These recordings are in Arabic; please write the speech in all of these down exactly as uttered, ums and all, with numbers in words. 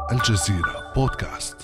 الجزيرة بودكاست.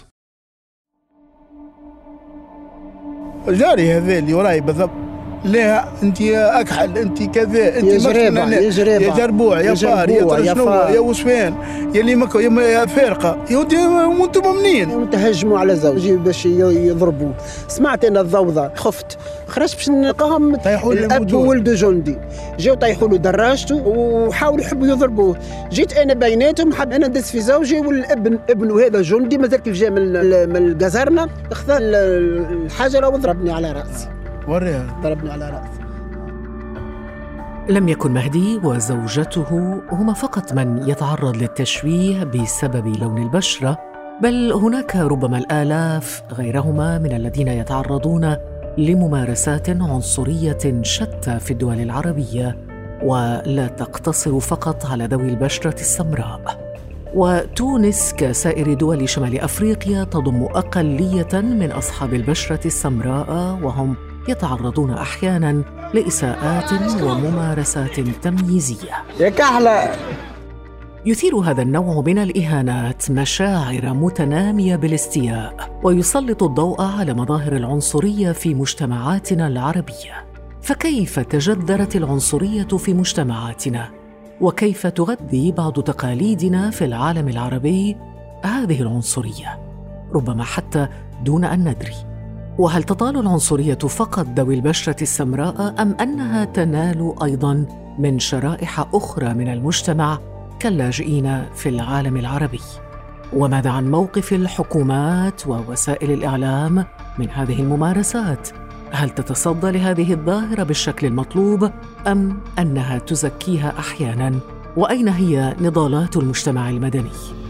جاري هذا اللي وراي بالضبط، لا انت يا اكحل، انت كذا، انت يا جريبة يا جريبة يا جربوع يا فار يا طرشنو يا وسفين يا اللي مكو يا فارقه يا ودي، وانتم منين؟ وتهجموا على زوجي باش يضربوا. سمعت انا الضوضاء، خفت، خرجت باش نلقاهم الاب وولده جندي، جاو طيحوا له دراجته وحاولوا يحبوا يضربوه. جيت انا بيناتهم، حب انا ندس في زوجي والابن ابنه هذا جندي مازال كيف جاء من من الجزرنه، اخذ الحجره وضربني على راسي. وريها ضربني على راسي. لم يكن مهدي وزوجته هما فقط من يتعرض للتشويه بسبب لون البشرة، بل هناك ربما الآلاف غيرهما من الذين يتعرضون لممارسات عنصرية شتى في الدول العربية، ولا تقتصر فقط على ذوي البشرة السمراء. وتونس كسائر دول شمال أفريقيا تضم أقلية من أصحاب البشرة السمراء، وهم يتعرضون أحياناً لإساءات وممارسات تمييزية. يا كحلة. يثير هذا النوع من الإهانات مشاعر متنامية بالاستياء، ويسلط الضوء على مظاهر العنصرية في مجتمعاتنا العربية. فكيف تجذرت العنصرية في مجتمعاتنا؟ وكيف تغذي بعض تقاليدنا في العالم العربي هذه العنصرية، ربما حتى دون أن ندري؟ وهل تطال العنصرية فقط ذوي البشرة السمراء، أم أنها تنال أيضاً من شرائح أخرى من المجتمع كاللاجئين في العالم العربي؟ وماذا عن موقف الحكومات ووسائل الإعلام من هذه الممارسات؟ هل تتصدى لهذه الظاهرة بالشكل المطلوب، أم أنها تزكيها أحياناً؟ وأين هي نضالات المجتمع المدني؟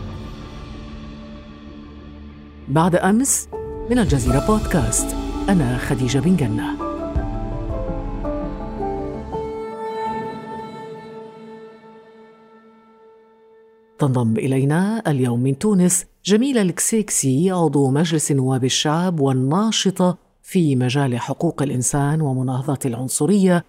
بعد أمس من الجزيرة بودكاست، أنا خديجة بن جنة. تنضم إلينا اليوم من تونس جميلة الكسيكسي، عضو مجلس نواب الشعب والناشطة في مجال حقوق الإنسان ومناهضة العنصرية.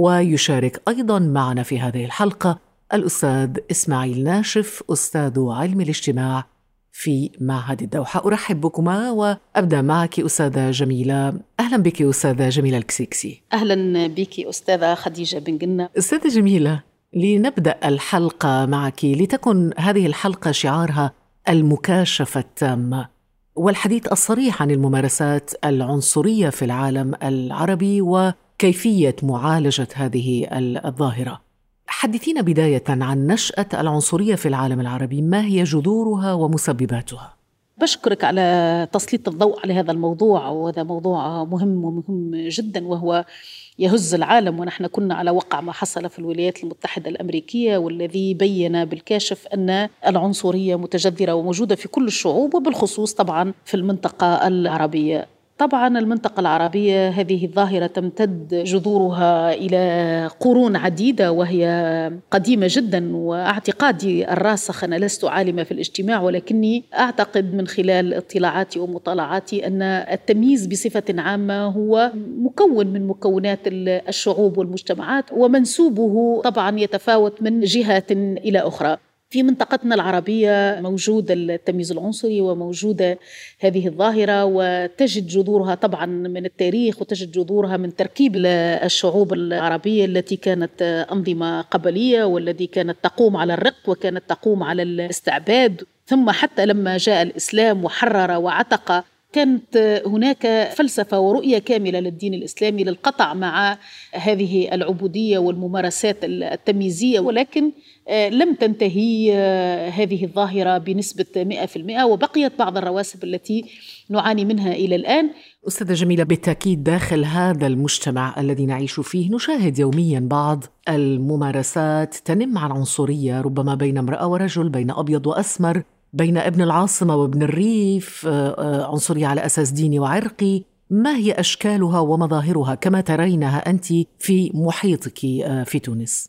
ويشارك أيضاً معنا في هذه الحلقة الأستاذ إسماعيل ناشف، أستاذ علم الاجتماع في معهد الدوحة. أرحب بكما وأبدأ معك أستاذة جميلة. أهلا بك أستاذة جميلة الكسيكسي. أهلا بك أستاذة خديجة بن جنة. أستاذة جميلة، لنبدأ الحلقة معك لتكن هذه الحلقة شعارها المكاشفة التامة والحديث الصريح عن الممارسات العنصرية في العالم العربي وكيفية معالجة هذه الظاهرة. حدثينا بداية عن نشأة العنصرية في العالم العربي، ما هي جذورها ومسبباتها؟ بشكرك على تسليط الضوء على هذا الموضوع، وهذا موضوع مهم ومهم جدا، وهو يهز العالم. ونحن كنا على وقع ما حصل في الولايات المتحدة الأمريكية، والذي بيّن بالكاشف أن العنصرية متجذرة وموجودة في كل الشعوب، وبالخصوص طبعا في المنطقة العربية. طبعا المنطقة العربية هذه الظاهرة تمتد جذورها إلى قرون عديدة، وهي قديمة جدا. واعتقادي الراسخ، أنا لست عالمة في الاجتماع، ولكني أعتقد من خلال اطلاعاتي ومطالعاتي أن التمييز بصفة عامة هو مكون من مكونات الشعوب والمجتمعات، ومنسوبه طبعا يتفاوت من جهة إلى أخرى. في منطقتنا العربية موجود التمييز العنصري وموجودة هذه الظاهرة، وتجد جذورها طبعا من التاريخ، وتجد جذورها من تركيب الشعوب العربية التي كانت أنظمة قبلية، والتي كانت تقوم على الرق وكانت تقوم على الاستعباد. ثم حتى لما جاء الإسلام وحرر وعتق، كانت هناك فلسفة ورؤية كاملة للدين الإسلامي للقطع مع هذه العبودية والممارسات التمييزية، ولكن لم تنتهي هذه الظاهرة بنسبة مئة في المئة، وبقيت بعض الرواسب التي نعاني منها إلى الآن. أستاذة جميلة، بالتأكيد داخل هذا المجتمع الذي نعيش فيه نشاهد يوميا بعض الممارسات تنم عن عنصرية، ربما بين امرأة ورجل، بين أبيض وأسمر، بين ابن العاصمة وابن الريف، عنصرية على أساس ديني وعرقي. ما هي أشكالها ومظاهرها كما ترينها أنت في محيطك في تونس؟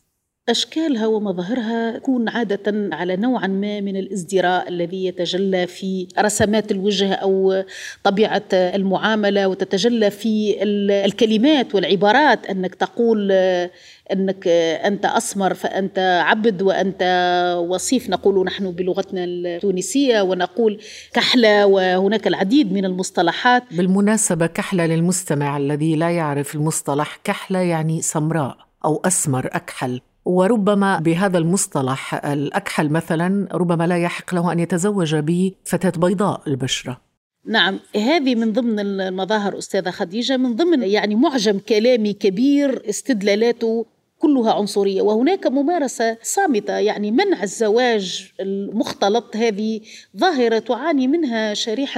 أشكالها ومظاهرها تكون عادة على نوعا ما من الازدراء الذي يتجلى في رسمات الوجه أو طبيعة المعاملة، وتتجلى في الكلمات والعبارات، أنك تقول أنك أنت أسمر فأنت عبد وأنت وصيف، نقول نحن بلغتنا التونسية، ونقول كحلة، وهناك العديد من المصطلحات. بالمناسبة كحلة للمستمع الذي لا يعرف المصطلح، كحلة يعني سمراء أو أسمر أكحل، وربما بهذا المصطلح الأكحل مثلا ربما لا يحق له أن يتزوج بفتاة بيضاء البشرة. نعم، هذه من ضمن المظاهر أستاذة خديجة، من ضمن يعني معجم كلامي كبير استدلالاته كلها عنصرية، وهناك ممارسة صامتة، يعني منع الزواج المختلط. هذه ظاهرة تعاني منها شريحة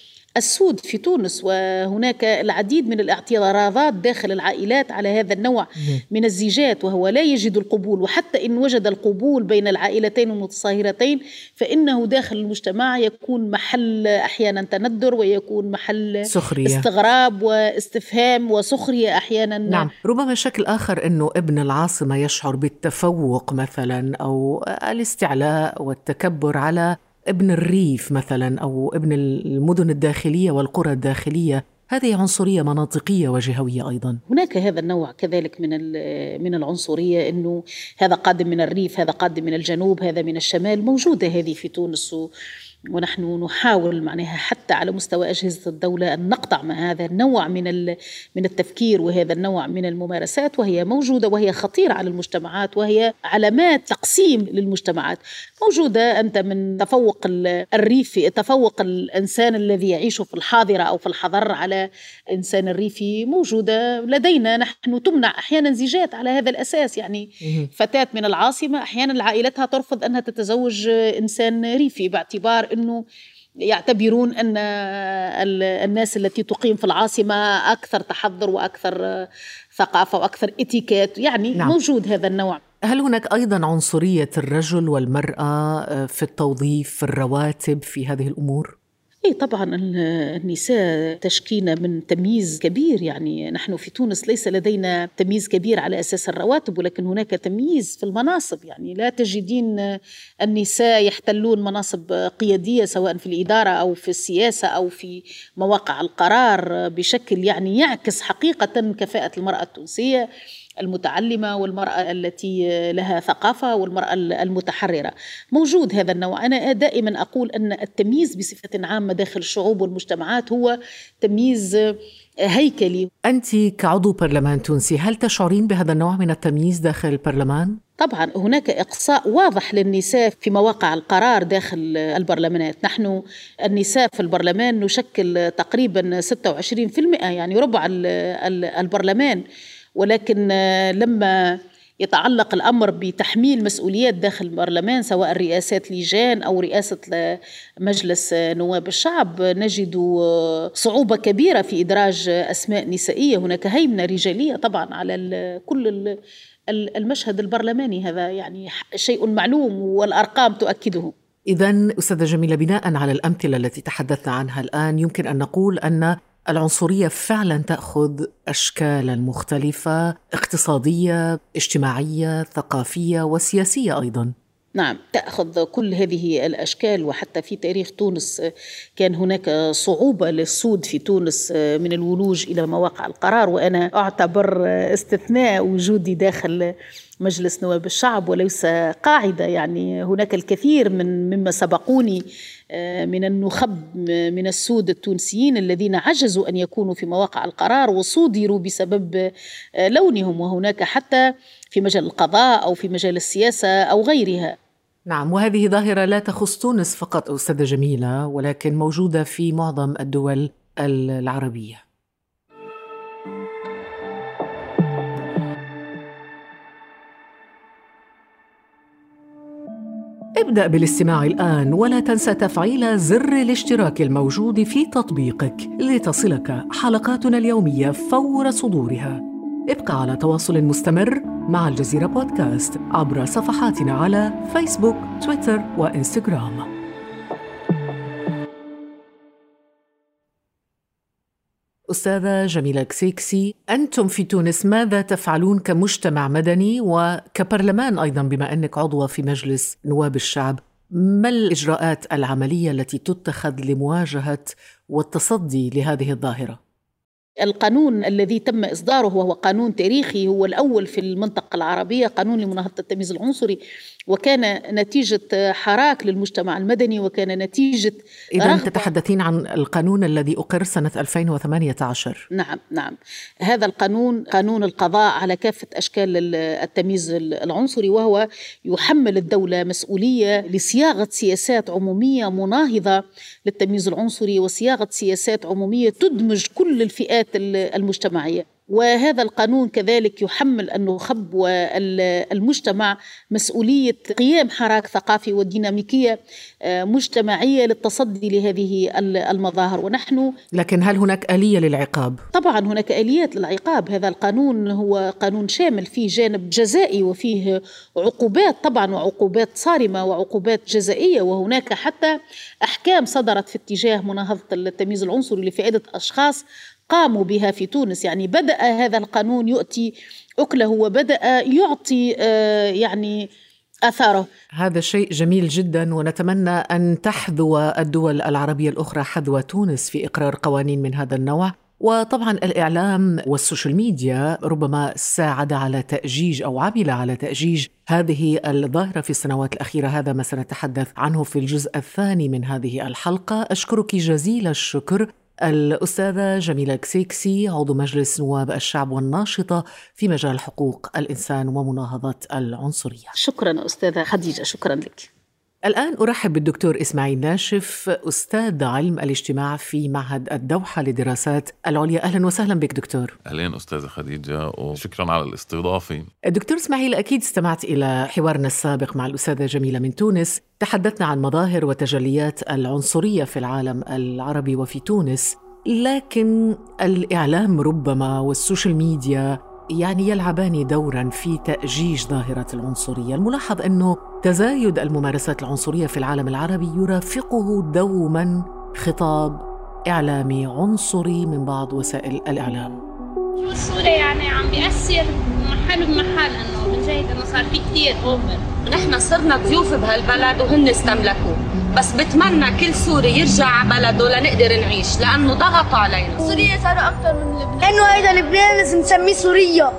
السود في تونس، وهناك العديد من الاعتراضات داخل العائلات على هذا النوع من الزيجات، وهو لا يجد القبول، وحتى إن وجد القبول بين العائلتين المتصاهرتين فإنه داخل المجتمع يكون محل أحيانا تندر، ويكون محل سخرية. استغراب واستفهام وسخرية أحيانا. نعم، ربما شكل آخر أنه ابن العاصمة يشعر بالتفوق مثلا، أو الاستعلاء والتكبر على ابن الريف مثلا، أو ابن المدن الداخلية والقرى الداخلية. هذه عنصرية مناطقية وجهوية أيضا. هناك هذا النوع كذلك من من العنصرية، إنه هذا قادم من الريف، هذا قادم من الجنوب، هذا من الشمال. موجودة هذه في تونس، ونحن نحاول معناها حتى على مستوى أجهزة الدولة أن نقطع مع هذا النوع من من التفكير وهذا النوع من الممارسات، وهي موجودة وهي خطيرة على المجتمعات، وهي علامات تقسيم للمجتمعات. موجودة أنت من تفوق الريفي، تفوق الإنسان الذي يعيش في الحاضرة أو في الحضر على إنسان الريفي، موجودة لدينا نحن. تمنع أحيانا زيجات على هذا الأساس، يعني فتاة من العاصمة أحيانا عائلتها ترفض أنها تتزوج إنسان ريفي باعتبار أنه يعتبرون أن الناس التي تقيم في العاصمة أكثر تحضر وأكثر ثقافة وأكثر إتيكيت، يعني نعم. موجود هذا النوع. هل هناك أيضا عنصرية الرجل والمرأة في التوظيف، في الرواتب، في هذه الأمور؟ إيه طبعا النساء تشكينا من تمييز كبير، يعني نحن في تونس ليس لدينا تمييز كبير على أساس الرواتب، ولكن هناك تمييز في المناصب. يعني لا تجدين النساء يحتلون مناصب قيادية سواء في الإدارة أو في السياسة أو في مواقع القرار بشكل يعني يعكس حقيقة كفاءة المرأة التونسية المتعلمة والمرأة التي لها ثقافة والمرأة المتحررة. موجود هذا النوع. أنا دائما أقول أن التمييز بصفة عامة داخل الشعوب والمجتمعات هو تمييز هيكلي. أنت كعضو برلمان تونسي هل تشعرين بهذا النوع من التمييز داخل البرلمان؟ طبعا هناك إقصاء واضح للنساء في مواقع القرار داخل البرلمانات. نحن النساء في البرلمان نشكل تقريبا ستة وعشرين بالمئة، يعني ربع البرلمان، ولكن لما يتعلق الأمر بتحميل مسؤوليات داخل البرلمان سواء رئاسات لجان أو رئاسة مجلس نواب الشعب نجد صعوبة كبيرة في إدراج أسماء نسائية. هناك هيمنة رجالية طبعا على كل المشهد البرلماني، هذا يعني شيء معلوم والأرقام تؤكده. إذن أستاذة جميلة، بناء على الأمثلة التي تحدثنا عنها الآن يمكن أن نقول أن العنصرية فعلا تأخذ أشكالا مختلفة، اقتصادية، اجتماعية، ثقافية وسياسية أيضا. نعم، تأخذ كل هذه الأشكال. وحتى في تاريخ تونس كان هناك صعوبة للسود في تونس من الولوج إلى مواقع القرار، وأنا أعتبر استثناء وجودي داخل مجلس نواب الشعب وليس قاعدة. يعني هناك الكثير من مما سبقوني من النخب من السود التونسيين الذين عجزوا أن يكونوا في مواقع القرار وصودروا بسبب لونهم، وهناك حتى في مجال القضاء أو في مجال السياسة أو غيرها. نعم، وهذه ظاهرة لا تخص تونس فقط أستاذة جميلة، ولكن موجودة في معظم الدول العربية. ابدأ بالاستماع الآن ولا تنسى تفعيل زر الاشتراك الموجود في تطبيقك لتصلك حلقاتنا اليومية فور صدورها. ابقى على تواصل مستمر مع الجزيرة بودكاست عبر صفحاتنا على فيسبوك، تويتر وإنستغرام. أستاذة جميلة كسيكسي، أنتم في تونس ماذا تفعلون كمجتمع مدني وكبرلمان أيضا بما أنك عضوة في مجلس نواب الشعب؟ ما الإجراءات العملية التي تتخذ لمواجهة والتصدي لهذه الظاهرة؟ القانون الذي تم إصداره وهو قانون تاريخي، هو الأول في المنطقة العربية، قانون لمناهضة التمييز العنصري، وكان نتيجة حراك للمجتمع المدني، وكان نتيجة إذن تتحدثين عن القانون الذي أقر سنة ألفين وثمانية عشر. نعم نعم، هذا القانون قانون القضاء على كافة أشكال التمييز العنصري، وهو يحمل الدولة مسؤولية لصياغة سياسات عمومية مناهضة للتمييز العنصري، وصياغة سياسات عمومية تدمج كل الفئات المجتمعية. وهذا القانون كذلك يحمل النخب والمجتمع مسؤولية قيام حراك ثقافي وديناميكية مجتمعية للتصدي لهذه المظاهر. ونحن لكن هل هناك آلية للعقاب؟ طبعا هناك آليات للعقاب. هذا القانون هو قانون شامل، فيه جانب جزائي وفيه عقوبات طبعا، وعقوبات صارمة وعقوبات جزائية، وهناك حتى أحكام صدرت في اتجاه مناهضة التمييز العنصري لفئة أشخاص قاموا بها في تونس. يعني بدأ هذا القانون يؤتي أكله وبدأ يعطي يعني آثاره. هذا شيء جميل جدا، ونتمنى أن تحذو الدول العربية الأخرى حذو تونس في إقرار قوانين من هذا النوع. وطبعا الإعلام والسوشيال ميديا ربما ساعد على تأجيج أو عمل على تأجيج هذه الظاهرة في السنوات الأخيرة. هذا ما سنتحدث عنه في الجزء الثاني من هذه الحلقة. أشكرك جزيل الشكر الأستاذة جميلة كسيكسي، عضو مجلس نواب الشعب والناشطة في مجال حقوق الإنسان ومناهضة العنصرية. شكرا أستاذة خديجة، شكرا لك. الآن أرحب بالدكتور إسماعيل ناشف، أستاذ علم الاجتماع في معهد الدوحة للدراسات العليا. أهلا وسهلا بك دكتور. أهلا أستاذة خديجة، وشكرا على الاستضافة. الدكتور إسماعيل، أكيد استمعت إلى حوارنا السابق مع الأستاذة جميلة من تونس، تحدثنا عن مظاهر وتجليات العنصرية في العالم العربي وفي تونس، لكن الإعلام ربما والسوشيال ميديا يعني يلعبان دورا في تأجيج ظاهرة العنصرية. الملاحظ أنه تزايد الممارسات العنصرية في العالم العربي يرافقه دوما خطاب إعلامي عنصري من بعض وسائل الإعلام. الصورة يعني عم بيأثر محل بمحل، أنه من جهة أنه صار في كتير أوفر. نحن صرنا ضيوف بهالبلد وهن استملكوا، بس بتمنى كل سوري يرجع على بلده لنقدر نعيش، لأنه ضغطوا علينا. سوريا صاروا أكتر من لبنان، لأنه هيدا لبنان لازم نسميه سوريا،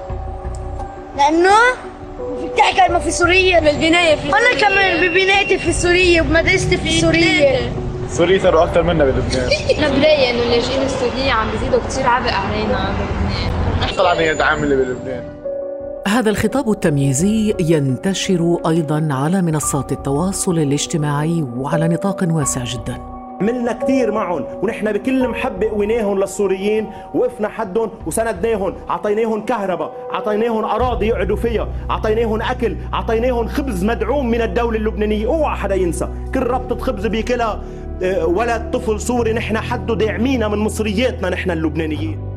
لأنه في تحكي ما في سوريا بالبناية. في أنا كمان ببنايتي في سوريا وبمدرستي في سوريا. سوريا صاروا أكتر منا بلبنان. أنا برايي إنه اللاجئين السوريين عم بيزيدوا كتير عبء علينا بلبنان. نحصل على يد عاملة بلبنان. هذا الخطاب التمييزي ينتشر أيضاً على منصات التواصل الاجتماعي وعلى نطاق واسع جداً. عملنا كتير معهم، ونحن بكل محبة قويناهم للسوريين، وقفنا حدهم وسندناهم، عطيناهم كهرباء، عطيناهم أراضي يقعدوا فيها، عطيناهم أكل، عطيناهم خبز مدعوم من الدولة اللبنانية. اوعى حدا ينسى، كل ربطة خبز بيكلها ولد طفل سوري نحن حده داعمينا من مصرياتنا نحن اللبنانيين.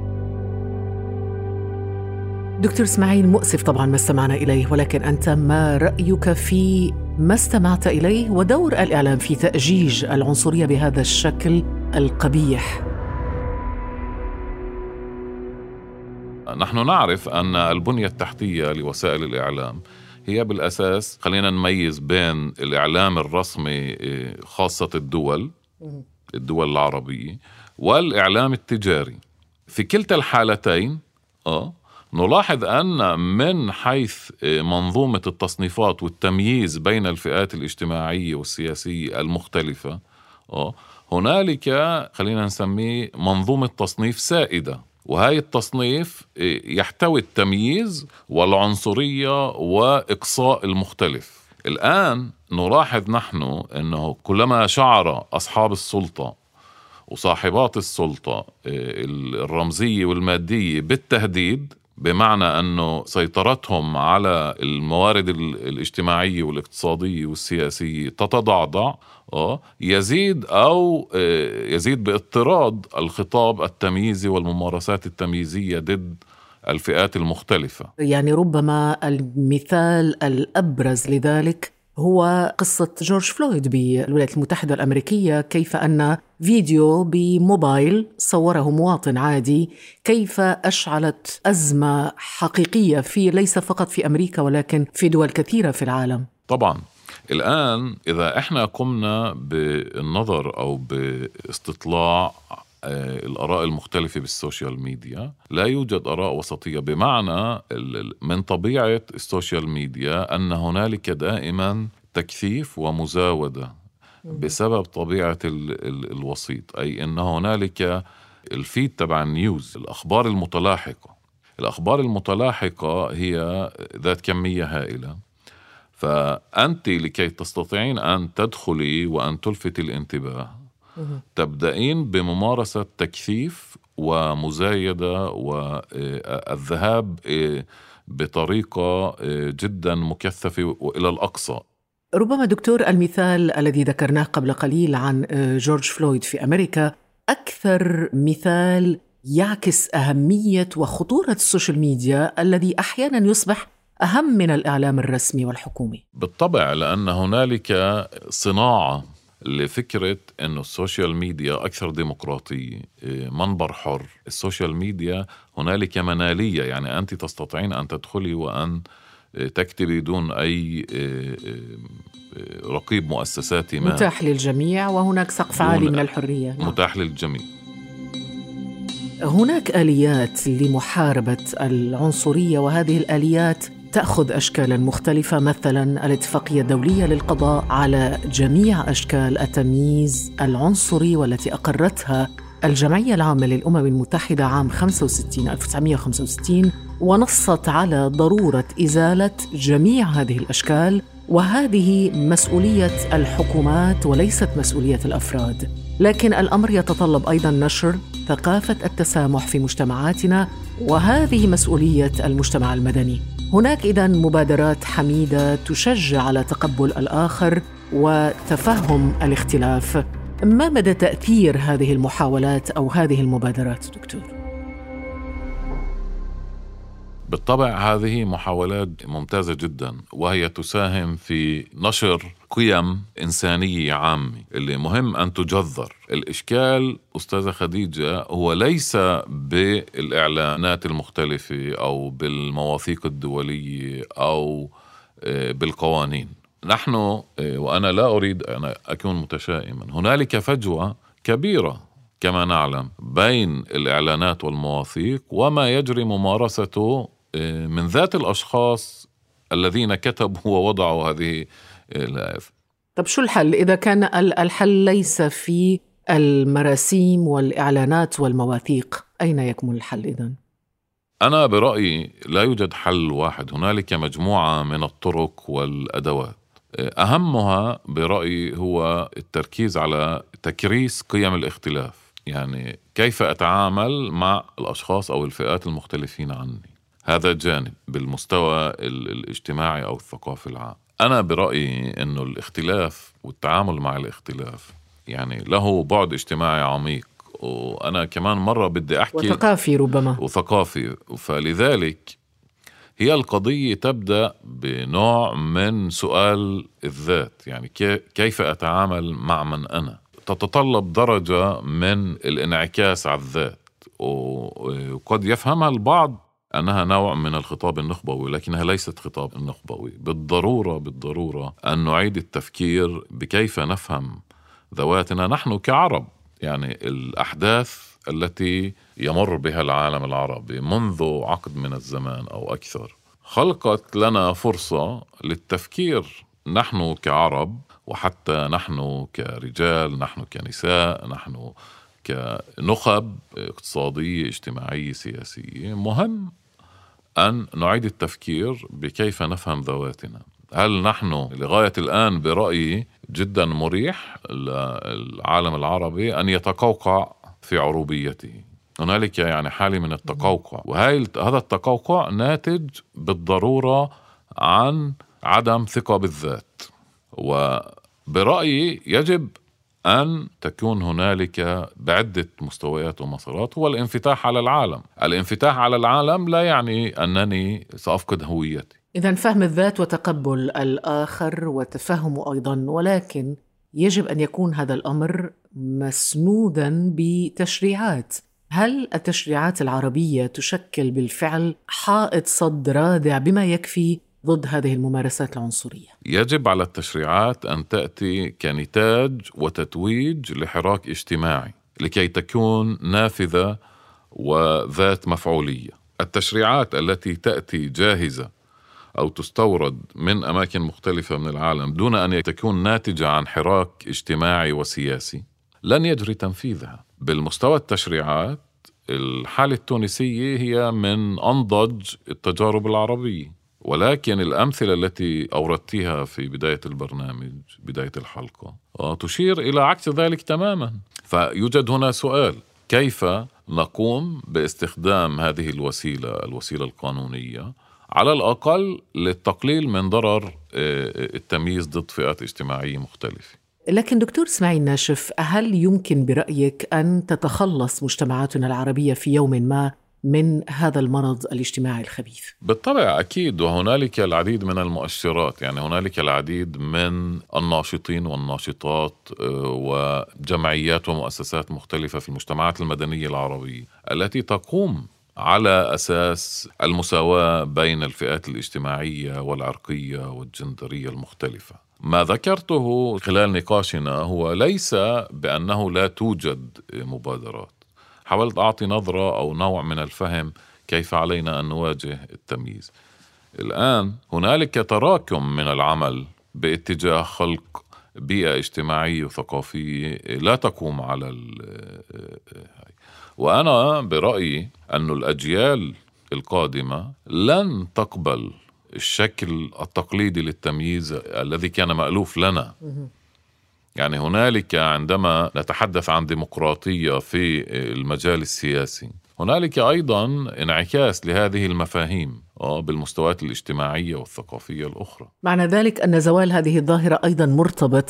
دكتور إسماعيل، مؤسف طبعاً ما استمعنا إليه، ولكن أنت ما رأيك في ما استمعت إليه ودور الإعلام في تأجيج العنصرية بهذا الشكل القبيح؟ نحن نعرف أن البنية التحتية لوسائل الإعلام هي بالأساس، خلينا نميز بين الإعلام الرسمي خاصة الدول الدول العربية والإعلام التجاري. في كلتا الحالتين آه نلاحظ أن من حيث منظومة التصنيفات والتمييز بين الفئات الاجتماعية والسياسية المختلفة هنالك خلينا نسميه منظومة تصنيف سائدة، وهي التصنيف يحتوي التمييز والعنصرية وإقصاء المختلف. الآن نلاحظ نحن أنه كلما شعر أصحاب السلطة وصاحبات السلطة الرمزية والمادية بالتهديد، بمعنى أنه سيطرتهم على الموارد الاجتماعية والاقتصادية والسياسية تتضعضع، يزيد أو يزيد باضطراد الخطاب التمييزي والممارسات التمييزية ضد الفئات المختلفة. يعني ربما المثال الأبرز لذلك هو قصة جورج فلويد بالولايات المتحدة الأمريكية، كيف أن فيديو بموبايل صوره مواطن عادي كيف أشعلت أزمة حقيقية في ليس فقط في أمريكا ولكن في دول كثيرة في العالم. طبعا الآن إذا إحنا قمنا بالنظر أو باستطلاع الآراء المختلفة بالسوشيال ميديا، لا يوجد آراء وسطية، بمعنى من طبيعة السوشيال ميديا أن هنالك دائما تكثيف ومزاودة بسبب طبيعة ال ال الوسيط، أي أن هنالك الفيد تبع النيوز، الأخبار المتلاحقة. الأخبار المتلاحقة هي ذات كمية هائلة، فأنت لكي تستطيعين أن تدخلي وأن تلفت الانتباه تبدأين بممارسة تكثيف ومزايدة والذهاب بطريقة جدا مكثفة وإلى الأقصى. ربما دكتور المثال الذي ذكرناه قبل قليل عن جورج فلويد في أمريكا أكثر مثال يعكس أهمية وخطورة السوشيال ميديا الذي أحيانا يصبح أهم من الإعلام الرسمي والحكومي. بالطبع، لأن هنالك صناعة لفكرة أنه السوشيال ميديا أكثر ديمقراطية، منبر حر. السوشيال ميديا هنالك منالية، يعني أنت تستطيعين أن تدخلي وأن تكتبي دون أي رقيب مؤسساتي ما، متاح للجميع، وهناك سقف عالي من الحرية، متاح للجميع. هناك آليات لمحاربة العنصرية، وهذه الآليات تأخذ أشكالا مختلفة، مثلا الاتفاقية الدولية للقضاء على جميع أشكال التمييز العنصري والتي أقرتها الجمعية العامة للأمم المتحدة عام خمسة وستين ألف وتسعمائة وخمسة وستين، ونصت على ضرورة إزالة جميع هذه الأشكال، وهذه مسؤولية الحكومات وليست مسؤولية الأفراد. لكن الأمر يتطلب أيضاً نشر ثقافة التسامح في مجتمعاتنا، وهذه مسؤولية المجتمع المدني. هناك إذن مبادرات حميدة تشجع على تقبل الآخر وتفهم الاختلاف. ما مدى تأثير هذه المحاولات أو هذه المبادرات دكتور؟ بالطبع هذه محاولات ممتازة جدا، وهي تساهم في نشر قيم إنسانية عامة اللي مهم أن تجذر. الإشكال أستاذة خديجة هو ليس بالإعلانات المختلفة أو بالمواثيق الدولية أو بالقوانين. نحن، وأنا لا أريد أن أكون متشائما، هنالك فجوة كبيرة كما نعلم بين الإعلانات والمواثيق وما يجري ممارسته من ذات الأشخاص الذين كتبوا ووضعوا هذه الآيات. طب شو الحل إذا كان الحل ليس في المراسيم والإعلانات والمواثيق؟ أين يكمن الحل إذن؟ أنا برأيي لا يوجد حل واحد، هنالك مجموعة من الطرق والأدوات. أهمها برأيي هو التركيز على تكريس قيم الاختلاف، يعني كيف أتعامل مع الأشخاص أو الفئات المختلفين عني. هذا جانب بالمستوى الاجتماعي أو الثقافي العام. أنا برأيي أنه الاختلاف والتعامل مع الاختلاف يعني له بعد اجتماعي عميق، وأنا كمان مرة بدي أحكي وثقافي ربما وثقافي فلذلك هي القضية تبدأ بنوع من سؤال الذات، يعني كيف أتعامل مع من أنا. تتطلب درجة من الانعكاس على الذات، وقد يفهمها البعض أنها نوع من الخطاب النخبوي، لكنها ليست خطاب النخبوي. بالضرورة بالضرورة أن نعيد التفكير بكيف نفهم ذواتنا نحن كعرب. يعني الأحداث التي يمر بها العالم العربي منذ عقد من الزمان أو أكثر خلقت لنا فرصة للتفكير نحن كعرب، وحتى نحن كرجال، نحن كنساء، نحن كنخب اقتصادية اجتماعية سياسية. مهم أن نعيد التفكير بكيف نفهم ذواتنا. هل نحن لغاية الآن برأيي جدا مريح للعالم العربي أن يتقوقع في عروبيته؟ هنالك يعني حالة من التقوقع، وهذا التقوقع ناتج بالضرورة عن عدم ثقة بالذات. وبرأيي يجب أن تكون هنالك بعدة مستويات ومسارات. هو الانفتاح على العالم. الانفتاح على العالم لا يعني أنني سأفقد هويتي، إذن فهم الذات وتقبل الآخر وتفهمه أيضاً، ولكن يجب أن يكون هذا الأمر مسنوداً بتشريعات. هل التشريعات العربية تشكل بالفعل حائط صد رادع بما يكفي ضد هذه الممارسات العنصرية؟ يجب على التشريعات أن تأتي كنتاج وتتويج لحراك اجتماعي لكي تكون نافذة وذات مفعولية. التشريعات التي تأتي جاهزة أو تستورد من أماكن مختلفة من العالم دون أن تكون ناتجة عن حراك اجتماعي وسياسي لن يجري تنفيذها. بالمستوى التشريعات الحالة التونسية هي من أنضج التجارب العربية، ولكن الأمثلة التي أوردتها في بداية البرنامج بداية الحلقة تشير إلى عكس ذلك تماما. فيوجد هنا سؤال: كيف نقوم باستخدام هذه الوسيلة الوسيلة القانونية على الأقل للتقليل من ضرر التمييز ضد فئات اجتماعية مختلفة؟ لكن دكتور إسماعيل ناشف، هل يمكن برأيك أن تتخلص مجتمعاتنا العربية في يوم ما من هذا المرض الاجتماعي الخبيث؟ بالطبع أكيد، وهنالك العديد من المؤشرات. يعني هنالك العديد من الناشطين والناشطات وجمعيات ومؤسسات مختلفة في المجتمعات المدنية العربية التي تقوم على أساس المساواة بين الفئات الاجتماعية والعرقية والجندرية المختلفة. ما ذكرته خلال نقاشنا هو ليس بأنه لا توجد مبادرات. حاولت أعطي نظرة أو نوع من الفهم كيف علينا أن نواجه التمييز. الآن هنالك تراكم من العمل باتجاه خلق بيئة اجتماعية وثقافية لا تقوم على هاي. وأنا برأيي أن الأجيال القادمة لن تقبل الشكل التقليدي للتمييز الذي كان مألوف لنا. يعني هنالك عندما نتحدث عن ديمقراطية في المجال السياسي هنالك أيضا انعكاس لهذه المفاهيم بالمستويات الاجتماعية والثقافية الأخرى. معنى ذلك أن زوال هذه الظاهرة أيضا مرتبط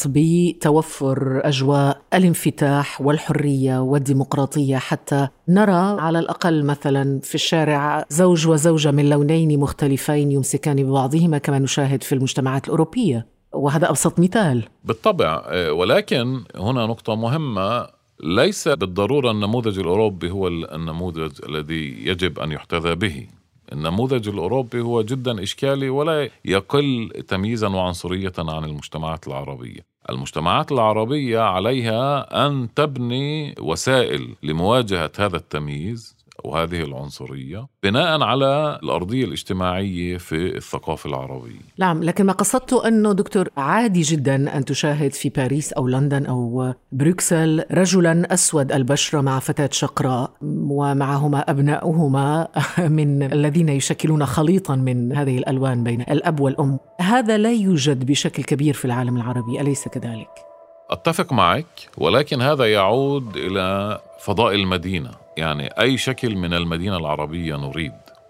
بتوفر أجواء الانفتاح والحرية والديمقراطية، حتى نرى على الأقل مثلا في الشارع زوج وزوجة من لونين مختلفين يمسكان ببعضهما كما نشاهد في المجتمعات الأوروبية، وهذا أبسط مثال. بالطبع، ولكن هنا نقطة مهمة: ليس بالضرورة النموذج الأوروبي هو النموذج الذي يجب أن يحتذى به. النموذج الأوروبي هو جدا إشكالي ولا يقل تمييزا وعنصرية عن المجتمعات العربية. المجتمعات العربية عليها أن تبني وسائل لمواجهة هذا التمييز وهذه العنصرية بناء على الأرضية الاجتماعية في الثقافة العربية. نعم، لكن ما قصدته أنه دكتور عادي جدا أن تشاهد في باريس أو لندن أو بروكسل رجلا أسود البشرة مع فتاة شقراء ومعهما أبناؤهما من الذين يشكلون خليطا من هذه الألوان بين الأب والأم. هذا لا يوجد بشكل كبير في العالم العربي، أليس كذلك؟ أتفق معك، ولكن هذا يعود إلى فضاء المدينة. يعني أي شكل من المدينة العربية نريد.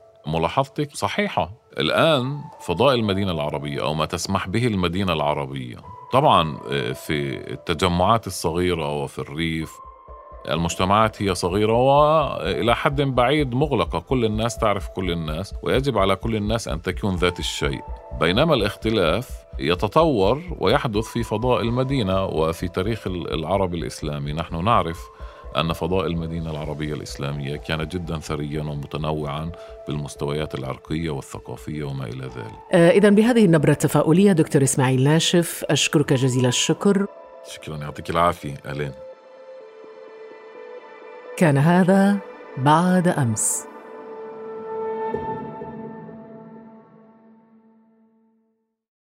ملاحظتك صحيحة. الآن فضاء المدينة العربية أو ما تسمح به المدينة العربية، طبعا في التجمعات الصغيرة وفي الريف المجتمعات هي صغيرة وإلى حد بعيد مغلقة، كل الناس تعرف كل الناس ويجب على كل الناس أن تكون ذات الشيء. بينما الاختلاف يتطور ويحدث في فضاء المدينة. وفي تاريخ العرب الإسلامي نحن نعرف أن فضاء المدينة العربية الإسلامية كان جدا ثريا ومتنوعا بالمستويات العرقية والثقافية وما إلى ذلك. إذن بهذه النبرة التفاؤلية دكتور إسماعيل ناشف، أشكرك جزيل الشكر. شكرا، يعطيك العافية. أهلين. كان هذا بعد أمس.